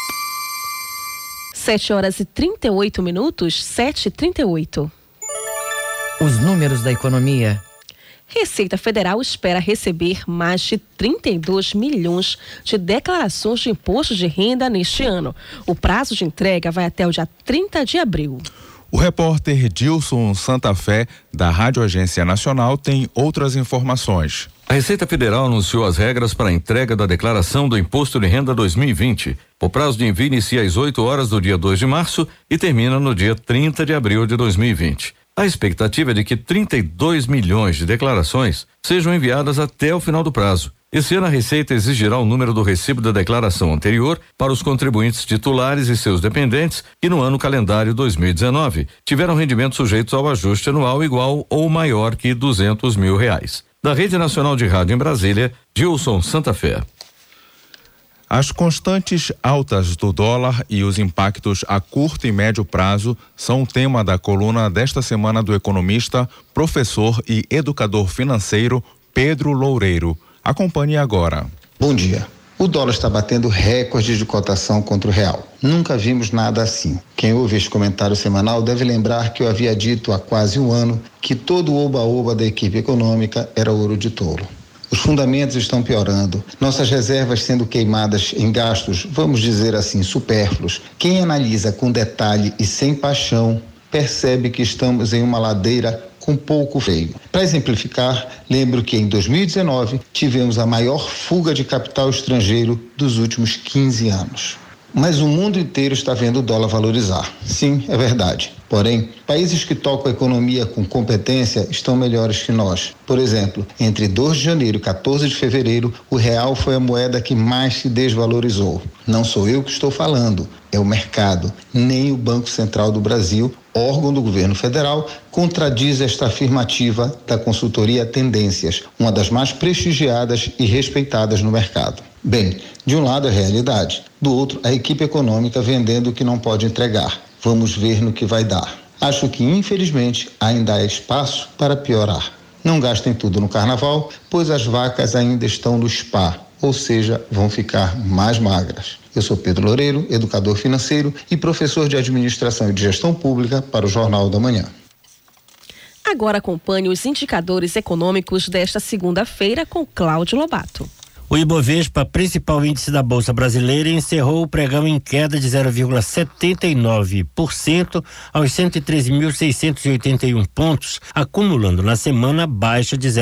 7h38, 7h38. Os números da economia. Receita Federal espera receber mais de 32 milhões de declarações de imposto de renda neste ano. O prazo de entrega vai até o dia 30 de abril. O repórter Dilson Santa Fé, da Rádio Agência Nacional, tem outras informações. A Receita Federal anunciou as regras para a entrega da declaração do Imposto de Renda 2020. O prazo de envio inicia às 8 horas do dia 2 de março e termina no dia 30 de abril de 2020. A expectativa é de que 32 milhões de declarações sejam enviadas até o final do prazo. Esse ano a Receita exigirá o número do recibo da declaração anterior para os contribuintes titulares e seus dependentes que no ano calendário 2019 tiveram rendimentos sujeitos ao ajuste anual igual ou maior que R$200 mil. Da Rede Nacional de Rádio em Brasília, Dilson Santa Fé. As constantes altas do dólar e os impactos a curto e médio prazo são o tema da coluna desta semana do economista, professor e educador financeiro Pedro Loureiro. Acompanhe agora. Bom dia. O dólar está batendo recordes de cotação contra o real. Nunca vimos nada assim. Quem ouve este comentário semanal deve lembrar que eu havia dito há quase um ano que todo o oba-oba da equipe econômica era ouro de touro. Os fundamentos estão piorando, nossas reservas sendo queimadas em gastos, vamos dizer assim, supérfluos. Quem analisa com detalhe e sem paixão, percebe que estamos em uma ladeira com pouco freio. Para exemplificar, lembro que em 2019 tivemos a maior fuga de capital estrangeiro dos últimos 15 anos. Mas o mundo inteiro está vendo o dólar valorizar. Sim, é verdade. Porém, países que tocam a economia com competência estão melhores que nós. Por exemplo, entre 2 de janeiro e 14 de fevereiro, o real foi a moeda que mais se desvalorizou. Não sou eu que estou falando, é o mercado. Nem o Banco Central do Brasil, órgão do governo federal, contradiz esta afirmativa da consultoria Tendências, uma das mais prestigiadas e respeitadas no mercado. Bem, de um lado a realidade, do outro a equipe econômica vendendo o que não pode entregar. Vamos ver no que vai dar. Acho que, infelizmente, ainda há espaço para piorar. Não gastem tudo no carnaval, pois as vacas ainda estão no spa, ou seja, vão ficar mais magras. Eu sou Pedro Loureiro, educador financeiro e professor de administração e de gestão pública para o Jornal da Manhã. Agora acompanhe os indicadores econômicos desta segunda-feira com Cláudio Lobato. O Ibovespa, principal índice da Bolsa Brasileira, encerrou o pregão em queda de 0,79% aos 113.681 pontos, acumulando na semana baixa de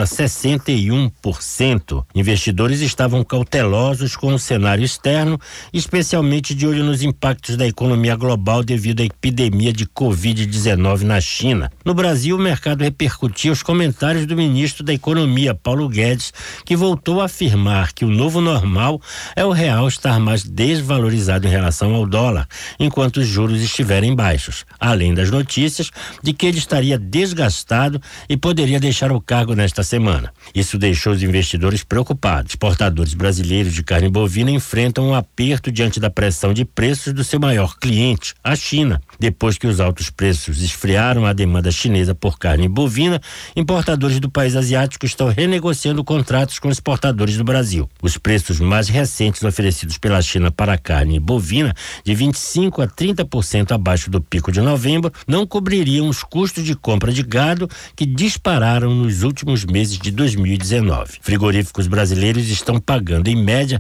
0,61%. Investidores estavam cautelosos com o cenário externo, especialmente de olho nos impactos da economia global devido à epidemia de Covid-19 na China. No Brasil, o mercado repercutia os comentários do ministro da Economia, Paulo Guedes, que voltou a afirmar que o novo normal é o real estar mais desvalorizado em relação ao dólar, enquanto os juros estiverem baixos, além das notícias de que ele estaria desgastado e poderia deixar o cargo nesta semana. Isso deixou os investidores preocupados. Exportadores brasileiros de carne bovina enfrentam um aperto diante da pressão de preços do seu maior cliente, a China. Depois que os altos preços esfriaram a demanda chinesa por carne bovina, importadores do país asiático estão renegociando contratos com exportadores do Brasil. Os preços mais recentes oferecidos pela China para a carne bovina, de 25% a 30% abaixo do pico de novembro, não cobririam os custos de compra de gado que dispararam nos últimos meses de 2019. Frigoríficos brasileiros estão pagando em média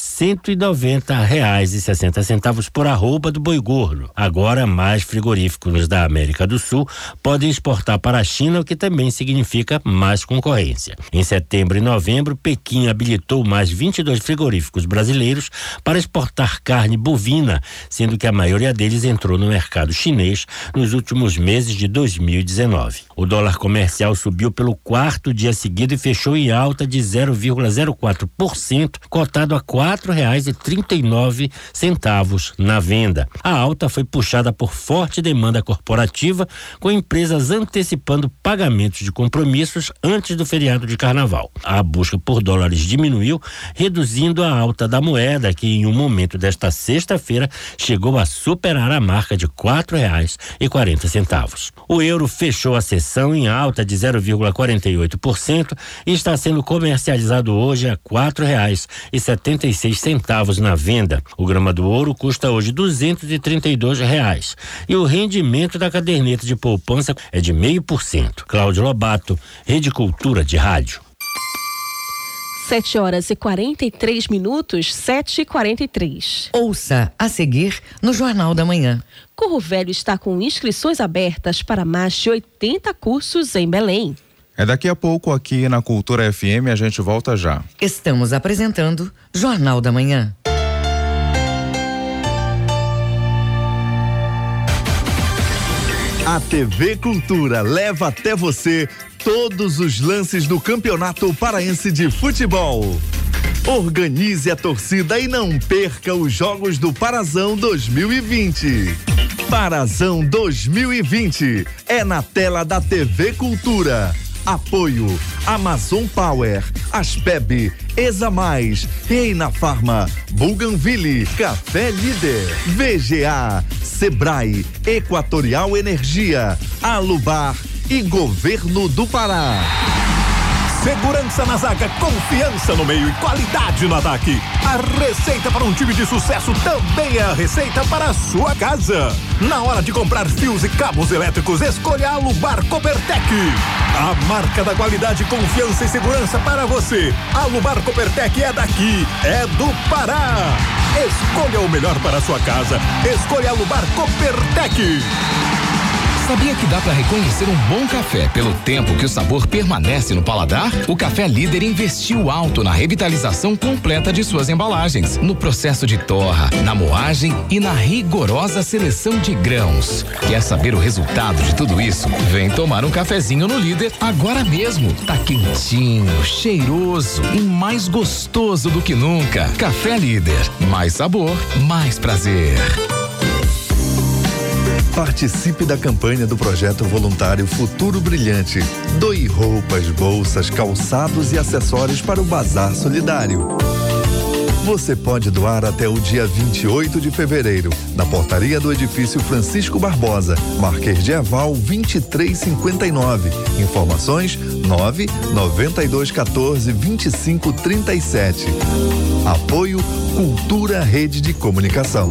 R$190,60 por arroba do boi gordo. Agora, mais frigoríficos da América do Sul podem exportar para a China, o que também significa mais concorrência. Em setembro e novembro, Pequim habilitou mais 22 frigoríficos brasileiros para exportar carne bovina, sendo que a maioria deles entrou no mercado chinês nos últimos meses de 2019. O dólar comercial subiu pelo 4º dia seguido e fechou em alta de 0,04%, cotado a R$4,39 na venda. A alta foi puxada por forte demanda corporativa, com empresas antecipando pagamentos de compromissos antes do feriado de carnaval. A busca por dólares diminuiu, reduzindo a alta da moeda, que em um momento desta sexta-feira chegou a superar a marca de R$4,40. O euro fechou a sessão em alta de 0,48% e está sendo comercializado hoje a R$4,76 na venda. O grama do ouro custa hoje R$232 e o rendimento da caderneta de poupança é de 0,5%. Cláudio Lobato, Rede Cultura de Rádio. 7h43, 7h43. Ouça a seguir no Jornal da Manhã. Corro Velho está com inscrições abertas para mais de 80 cursos em Belém. É daqui a pouco aqui na Cultura FM, a gente volta já. Estamos apresentando Jornal da Manhã. A TV Cultura leva até você todos os lances do Campeonato Paraense de Futebol. Organize a torcida e não perca os jogos do Parazão 2020. Parazão 2020 é na tela da TV Cultura. Apoio Amazon Power, Aspeb, Exa Mais, Reina Farma, Bougainville, Café Líder, VGA, Sebrae, Equatorial Energia, Alubar e Governo do Pará. Segurança na zaga, confiança no meio e qualidade no ataque. A receita para um time de sucesso também é a receita para a sua casa. Na hora de comprar fios e cabos elétricos, escolha a Alubar Coppertec. A marca da qualidade, confiança e segurança para você. A Alubar Coppertec é daqui, é do Pará. Escolha o melhor para a sua casa. Escolha a Alubar Coppertec. Sabia que dá para reconhecer um bom café pelo tempo que o sabor permanece no paladar? O Café Líder investiu alto na revitalização completa de suas embalagens, no processo de torra, na moagem e na rigorosa seleção de grãos. Quer saber o resultado de tudo isso? Vem tomar um cafezinho no Líder agora mesmo. Tá quentinho, cheiroso e mais gostoso do que nunca. Café Líder, mais sabor, mais prazer. Participe da campanha do projeto voluntário Futuro Brilhante. Doe roupas, bolsas, calçados e acessórios para o Bazar Solidário. Você pode doar até o dia 28 de fevereiro, na portaria do edifício Francisco Barbosa, Marquês de Aval 2359. Informações 99214-2537. Apoio Cultura Rede de Comunicação.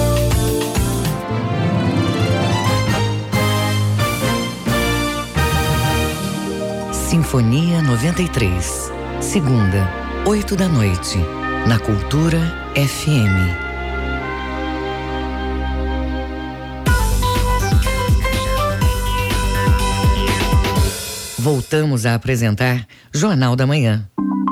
Sinfonia 93, segunda, 8 da noite, na Cultura FM. Voltamos a apresentar Jornal da Manhã.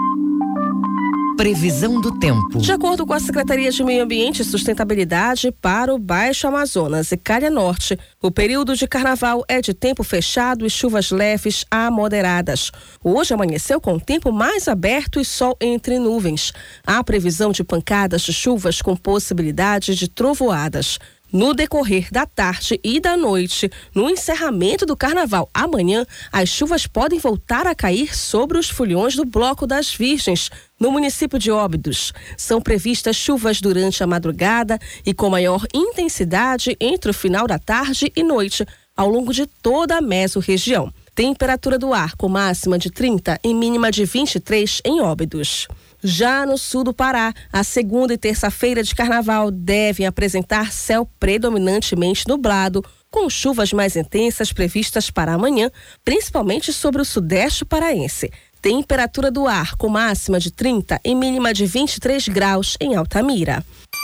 Previsão do tempo. De acordo com a Secretaria de Meio Ambiente e Sustentabilidade para o Baixo Amazonas e Calha Norte, o período de carnaval é de tempo fechado e chuvas leves a moderadas. Hoje amanheceu com o tempo mais aberto e sol entre nuvens. Há previsão de pancadas de chuvas com possibilidade de trovoadas. No decorrer da tarde e da noite, no encerramento do carnaval amanhã, as chuvas podem voltar a cair sobre os foliões do Bloco das Virgens, no município de Óbidos. São previstas chuvas durante a madrugada e com maior intensidade entre o final da tarde e noite, ao longo de toda a mesorregião. Temperatura do ar com máxima de 30 e mínima de 23 em Óbidos. Já no sul do Pará, a segunda e terça-feira de carnaval devem apresentar céu predominantemente nublado, com chuvas mais intensas previstas para amanhã, principalmente sobre o sudeste paraense. Temperatura do ar com máxima de 30 e mínima de 23 graus em Altamira.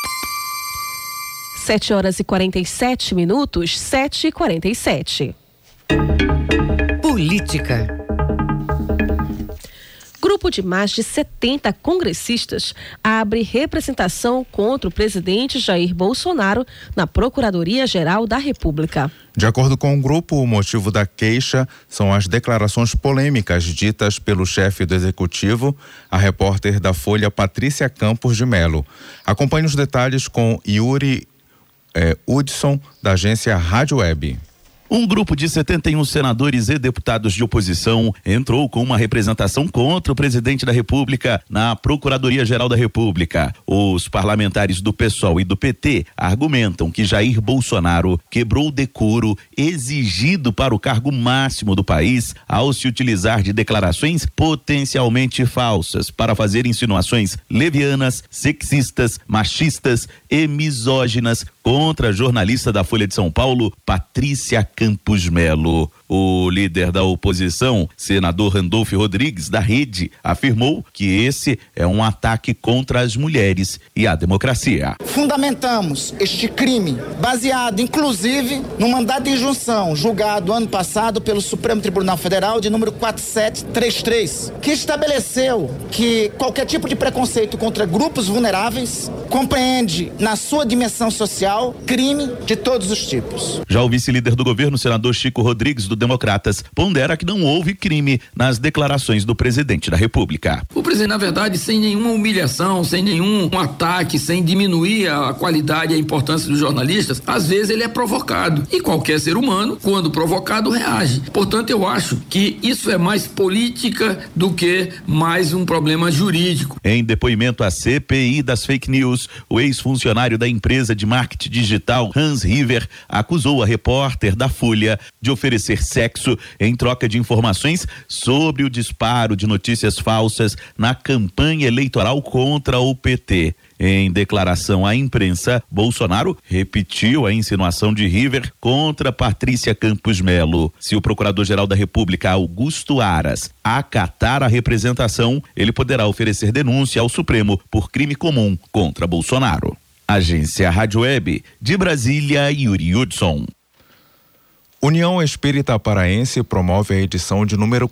7h47, 7h47. Política. Grupo de mais de 70 congressistas abre representação contra o presidente Jair Bolsonaro na Procuradoria-Geral da República. De acordo com o grupo, o motivo da queixa são as declarações polêmicas ditas pelo chefe do executivo, a repórter da Folha Patrícia Campos de Melo. Acompanhe os detalhes com Yuri Hudson, da agência Rádio Web. Um grupo de 71 senadores e deputados de oposição entrou com uma representação contra o presidente da República na Procuradoria-Geral da República. Os parlamentares do PSOL e do PT argumentam que Jair Bolsonaro quebrou o decoro exigido para o cargo máximo do país ao se utilizar de declarações potencialmente falsas para fazer insinuações levianas, sexistas, machistas e misóginas contra a jornalista da Folha de São Paulo, Patrícia Campos Melo. O líder da oposição, senador Randolfo Rodrigues, da Rede, afirmou que esse é um ataque contra as mulheres e a democracia. Fundamentamos este crime, baseado inclusive no mandado de injunção julgado ano passado pelo Supremo Tribunal Federal de número 4733, que estabeleceu que qualquer tipo de preconceito contra grupos vulneráveis compreende na sua dimensão social crime de todos os tipos. Já o vice-líder do governo, senador Chico Rodrigues, do Democratas, pondera que não houve crime nas declarações do presidente da República. O presidente, na verdade, sem nenhuma humilhação, sem nenhum ataque, sem diminuir a qualidade e a importância dos jornalistas, às vezes ele é provocado. E qualquer ser humano, quando provocado, reage. Portanto, eu acho que isso é mais política do que mais um problema jurídico. Em depoimento à CPI das fake news, o ex-funcionário da empresa de marketing digital Hans River acusou a repórter da Folha de oferecer sexo em troca de informações sobre o disparo de notícias falsas na campanha eleitoral contra o PT. Em declaração à imprensa, Bolsonaro repetiu a insinuação de River contra Patrícia Campos Melo. Se o Procurador-Geral da República, Augusto Aras, acatar a representação, ele poderá oferecer denúncia ao Supremo por crime comum contra Bolsonaro. Agência Rádio Web, de Brasília, Yuri Hudson. União Espírita Paraense promove a edição de número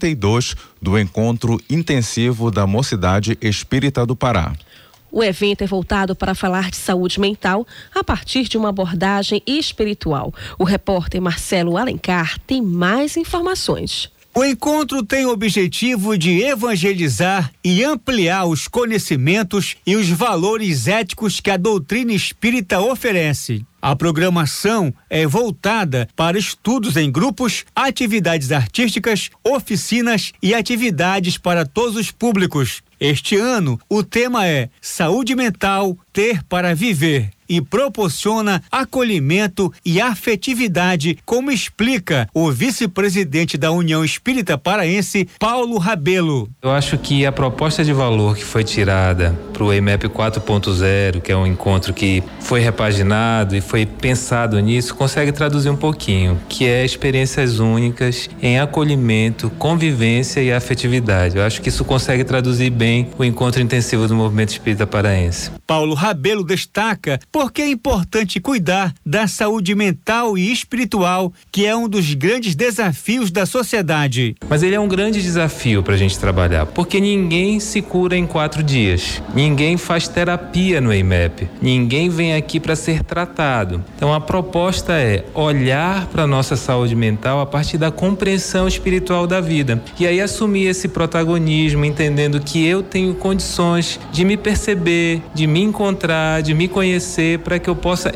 42 do Encontro Intensivo da Mocidade Espírita do Pará. O evento é voltado para falar de saúde mental a partir de uma abordagem espiritual. O repórter Marcelo Alencar tem mais informações. O encontro tem o objetivo de evangelizar e ampliar os conhecimentos e os valores éticos que a doutrina espírita oferece. A programação é voltada para estudos em grupos, atividades artísticas, oficinas e atividades para todos os públicos. Este ano, o tema é Saúde Mental, Ter para Viver, e proporciona acolhimento e afetividade, como explica o vice-presidente da União Espírita Paraense, Paulo Rabelo. Eu acho que a proposta de valor que foi tirada para o EIMEP 4.0, que é um encontro que foi repaginado e foi pensado nisso, consegue traduzir um pouquinho, que é experiências únicas em acolhimento, convivência e afetividade. Eu acho que isso consegue traduzir bem o encontro intensivo do movimento espírita paraense. Paulo Rabelo destaca porque é importante cuidar da saúde mental e espiritual, que é um dos grandes desafios da sociedade. Mas ele é um grande desafio para a gente trabalhar, porque ninguém se cura em 4 dias. Ninguém faz terapia no EIMEP. Ninguém vem aqui para ser tratado. Então a proposta é olhar para a nossa saúde mental a partir da compreensão espiritual da vida. E aí assumir esse protagonismo, entendendo que eu tenho condições de me perceber, de me encontrar, de me conhecer, para que eu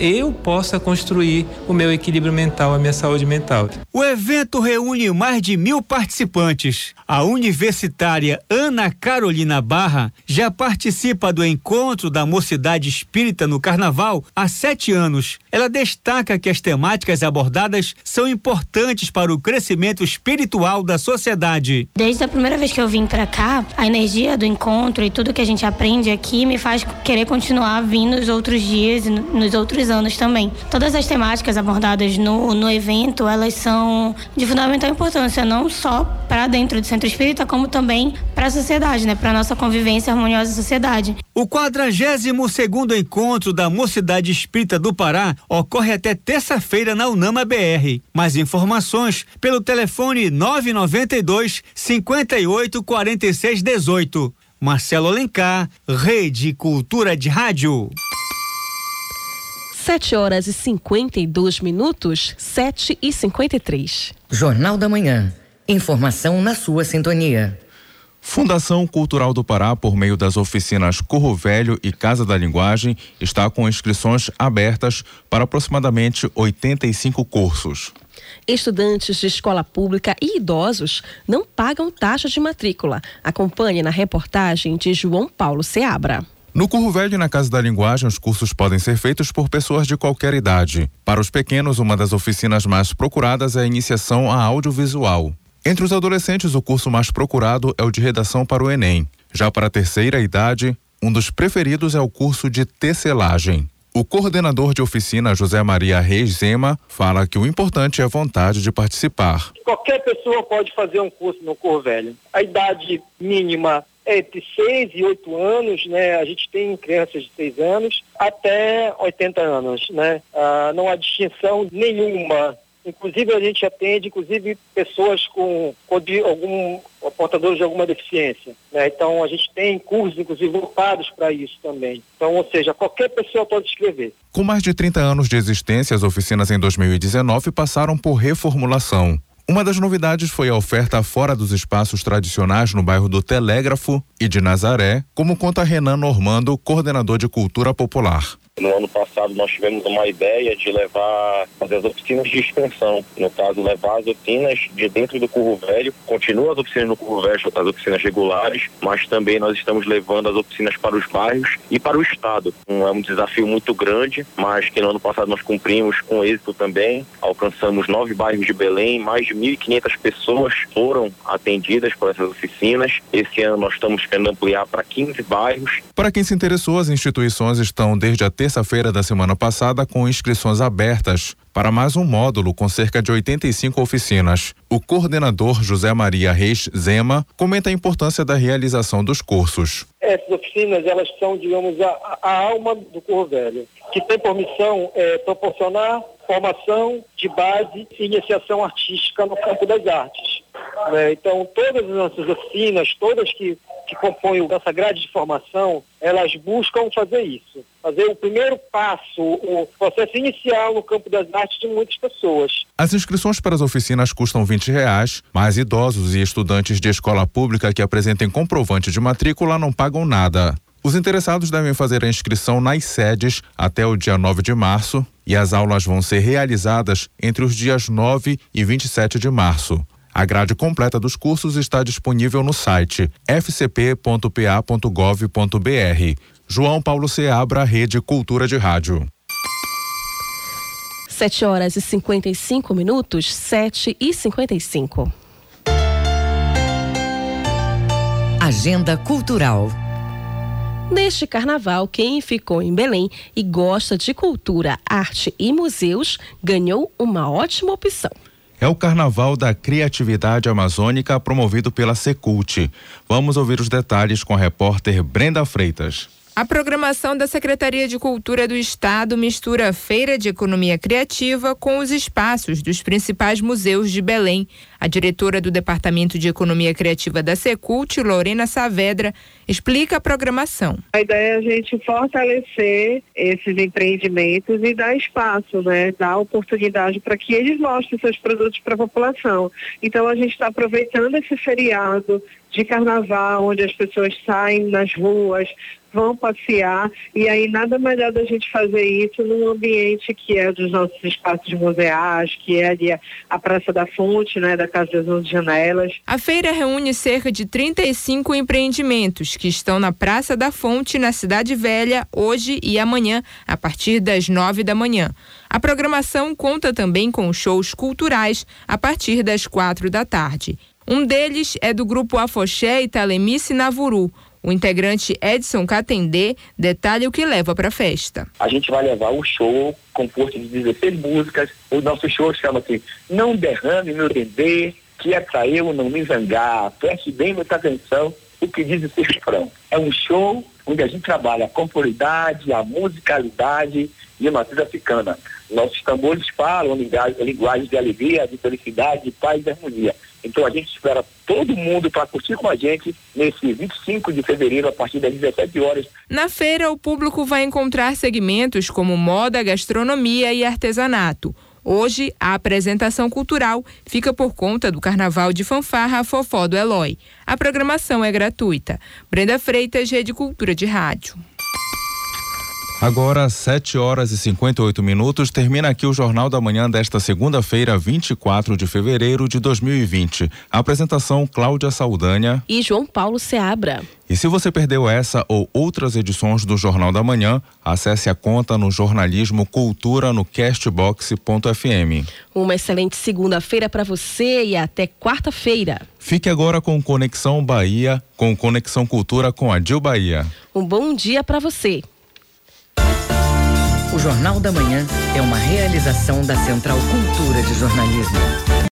possa construir o meu equilíbrio mental, a minha saúde mental. O evento reúne mais de 1.000 participantes. A universitária Ana Carolina Barra já participa do encontro da Mocidade Espírita no Carnaval há 7 anos. Ela destaca que as temáticas abordadas são importantes para o crescimento espiritual da sociedade. Desde a primeira vez que eu vim para cá, a energia do encontro e tudo que a gente aprende aqui me faz querer continuar vindo nos outros dias e nos outros anos também. Todas as temáticas abordadas no evento, elas são de fundamental importância, não só para dentro do Centro Espírita, como também para a sociedade, para a nossa convivência harmoniosa da sociedade. O 42º encontro da Mocidade Espírita do Pará ocorre até terça-feira na Unama BR. Mais informações pelo telefone 992 58 46 18. Marcelo Alencar, Rede Cultura de Rádio. 7h52, 7h53. Jornal da Manhã. Informação na sua sintonia. Fundação Cultural do Pará, por meio das oficinas Curro Velho e Casa da Linguagem, está com inscrições abertas para aproximadamente 85 cursos. Estudantes de escola pública e idosos não pagam taxa de matrícula. Acompanhe na reportagem de João Paulo Seabra. No Curro Velho e na Casa da Linguagem, os cursos podem ser feitos por pessoas de qualquer idade. Para os pequenos, uma das oficinas mais procuradas é a iniciação a audiovisual. Entre os adolescentes, o curso mais procurado é o de redação para o Enem. Já para a terceira idade, um dos preferidos é o curso de tecelagem. O coordenador de oficina, José Maria Reis Zema, fala que o importante é a vontade de participar. Qualquer pessoa pode fazer um curso no Curro Velho. A idade mínima é entre 6 e 8 anos, A gente tem crianças de 6 anos até 80 anos, Não há distinção nenhuma. Inclusive, a gente atende, pessoas com portadores de alguma deficiência, Então, a gente tem cursos, inclusive, voltados para isso também. Então, ou seja, qualquer pessoa pode escrever. Com mais de 30 anos de existência, as oficinas em 2019 passaram por reformulação. Uma das novidades foi a oferta fora dos espaços tradicionais no bairro do Telégrafo e de Nazaré, como conta Renan Normando, coordenador de Cultura Popular. No ano passado nós tivemos uma ideia de fazer as oficinas de extensão, no caso levar as oficinas de dentro do Curro Velho, continua as oficinas no Curro Velho, as oficinas regulares, mas também nós estamos levando as oficinas para os bairros e para o estado. É um desafio muito grande, mas que no ano passado nós cumprimos com êxito também, alcançamos 9 bairros de Belém, mais de 1.500 pessoas foram atendidas por essas oficinas. Esse ano nós estamos querendo ampliar para 15 bairros. Para quem se interessou, as instituições estão desde a terça-feira da semana passada com inscrições abertas para mais um módulo com cerca de 85 oficinas. O coordenador José Maria Reis Zema comenta a importância da realização dos cursos. Essas oficinas, elas são, digamos, a alma do Curro Velho, que tem por missão proporcionar formação de base e iniciação artística no campo das artes. Então, todas as nossas oficinas, todas que compõem a nossa grade de formação, elas buscam fazer isso. Fazer o primeiro passo, o processo inicial no campo das artes de muitas pessoas. As inscrições para as oficinas custam R$20, mas idosos e estudantes de escola pública que apresentem comprovante de matrícula não pagam nada. Os interessados devem fazer a inscrição nas sedes até o dia 9 de março e as aulas vão ser realizadas entre os dias 9 e 27 de março. A grade completa dos cursos está disponível no site fcp.pa.gov.br. João Paulo Seabra, Rede Cultura de Rádio. 7h55, 7h55. Agenda Cultural. Neste carnaval, quem ficou em Belém e gosta de cultura, arte e museus, ganhou uma ótima opção. É o Carnaval da Criatividade Amazônica promovido pela Secult. Vamos ouvir os detalhes com a repórter Brenda Freitas. A programação da Secretaria de Cultura do Estado mistura a Feira de Economia Criativa com os espaços dos principais museus de Belém. A diretora do Departamento de Economia Criativa da Secult, Lorena Saavedra, explica a programação. A ideia é a gente fortalecer esses empreendimentos e dar espaço, dar oportunidade para que eles mostrem seus produtos para a população. Então a gente está aproveitando esse feriado de carnaval, onde as pessoas saem nas ruas, vão passear, e aí nada melhor da gente fazer isso num ambiente que é dos nossos espaços museais, que é ali a Praça da Fonte, da Casa das 11 Janelas. A feira reúne cerca de 35 empreendimentos que estão na Praça da Fonte, na Cidade Velha, hoje e amanhã, a partir das 9 da manhã. A programação conta também com shows culturais a partir das 4 da tarde. Um deles é do grupo Afoxé Italemice Navuru. O integrante Edson Catendê detalha o que leva para a festa. A gente vai levar o show composto de 16 músicas. O nosso show chama-se Não Derrame Meu Dendê, que é pra eu não me zangar. Preste bem muita atenção o que diz esse refrão. É um show onde a gente trabalha a corporidade, a musicalidade e a matriz africana. Nossos tambores falam a linguagem de alegria, de felicidade, de paz e harmonia. Então a gente espera todo mundo para curtir com a gente nesse 25 de fevereiro, a partir das 17 horas. Na feira, o público vai encontrar segmentos como moda, gastronomia e artesanato. Hoje, a apresentação cultural fica por conta do Carnaval de Fanfarra Fofó do Eloy. A programação é gratuita. Brenda Freitas, Rede Cultura de Rádio. Agora, 7h58, termina aqui o Jornal da Manhã desta segunda-feira, 24 de fevereiro de 2020. A apresentação, Cláudia Saldanha e João Paulo Seabra. E se você perdeu essa ou outras edições do Jornal da Manhã, acesse a conta no Jornalismo Cultura no Castbox.fm. Uma excelente segunda-feira para você e até quarta-feira. Fique agora com Conexão Bahia, com Conexão Cultura com a Dil Bahia. Um bom dia para você. O Jornal da Manhã é uma realização da Central Cultura de Jornalismo.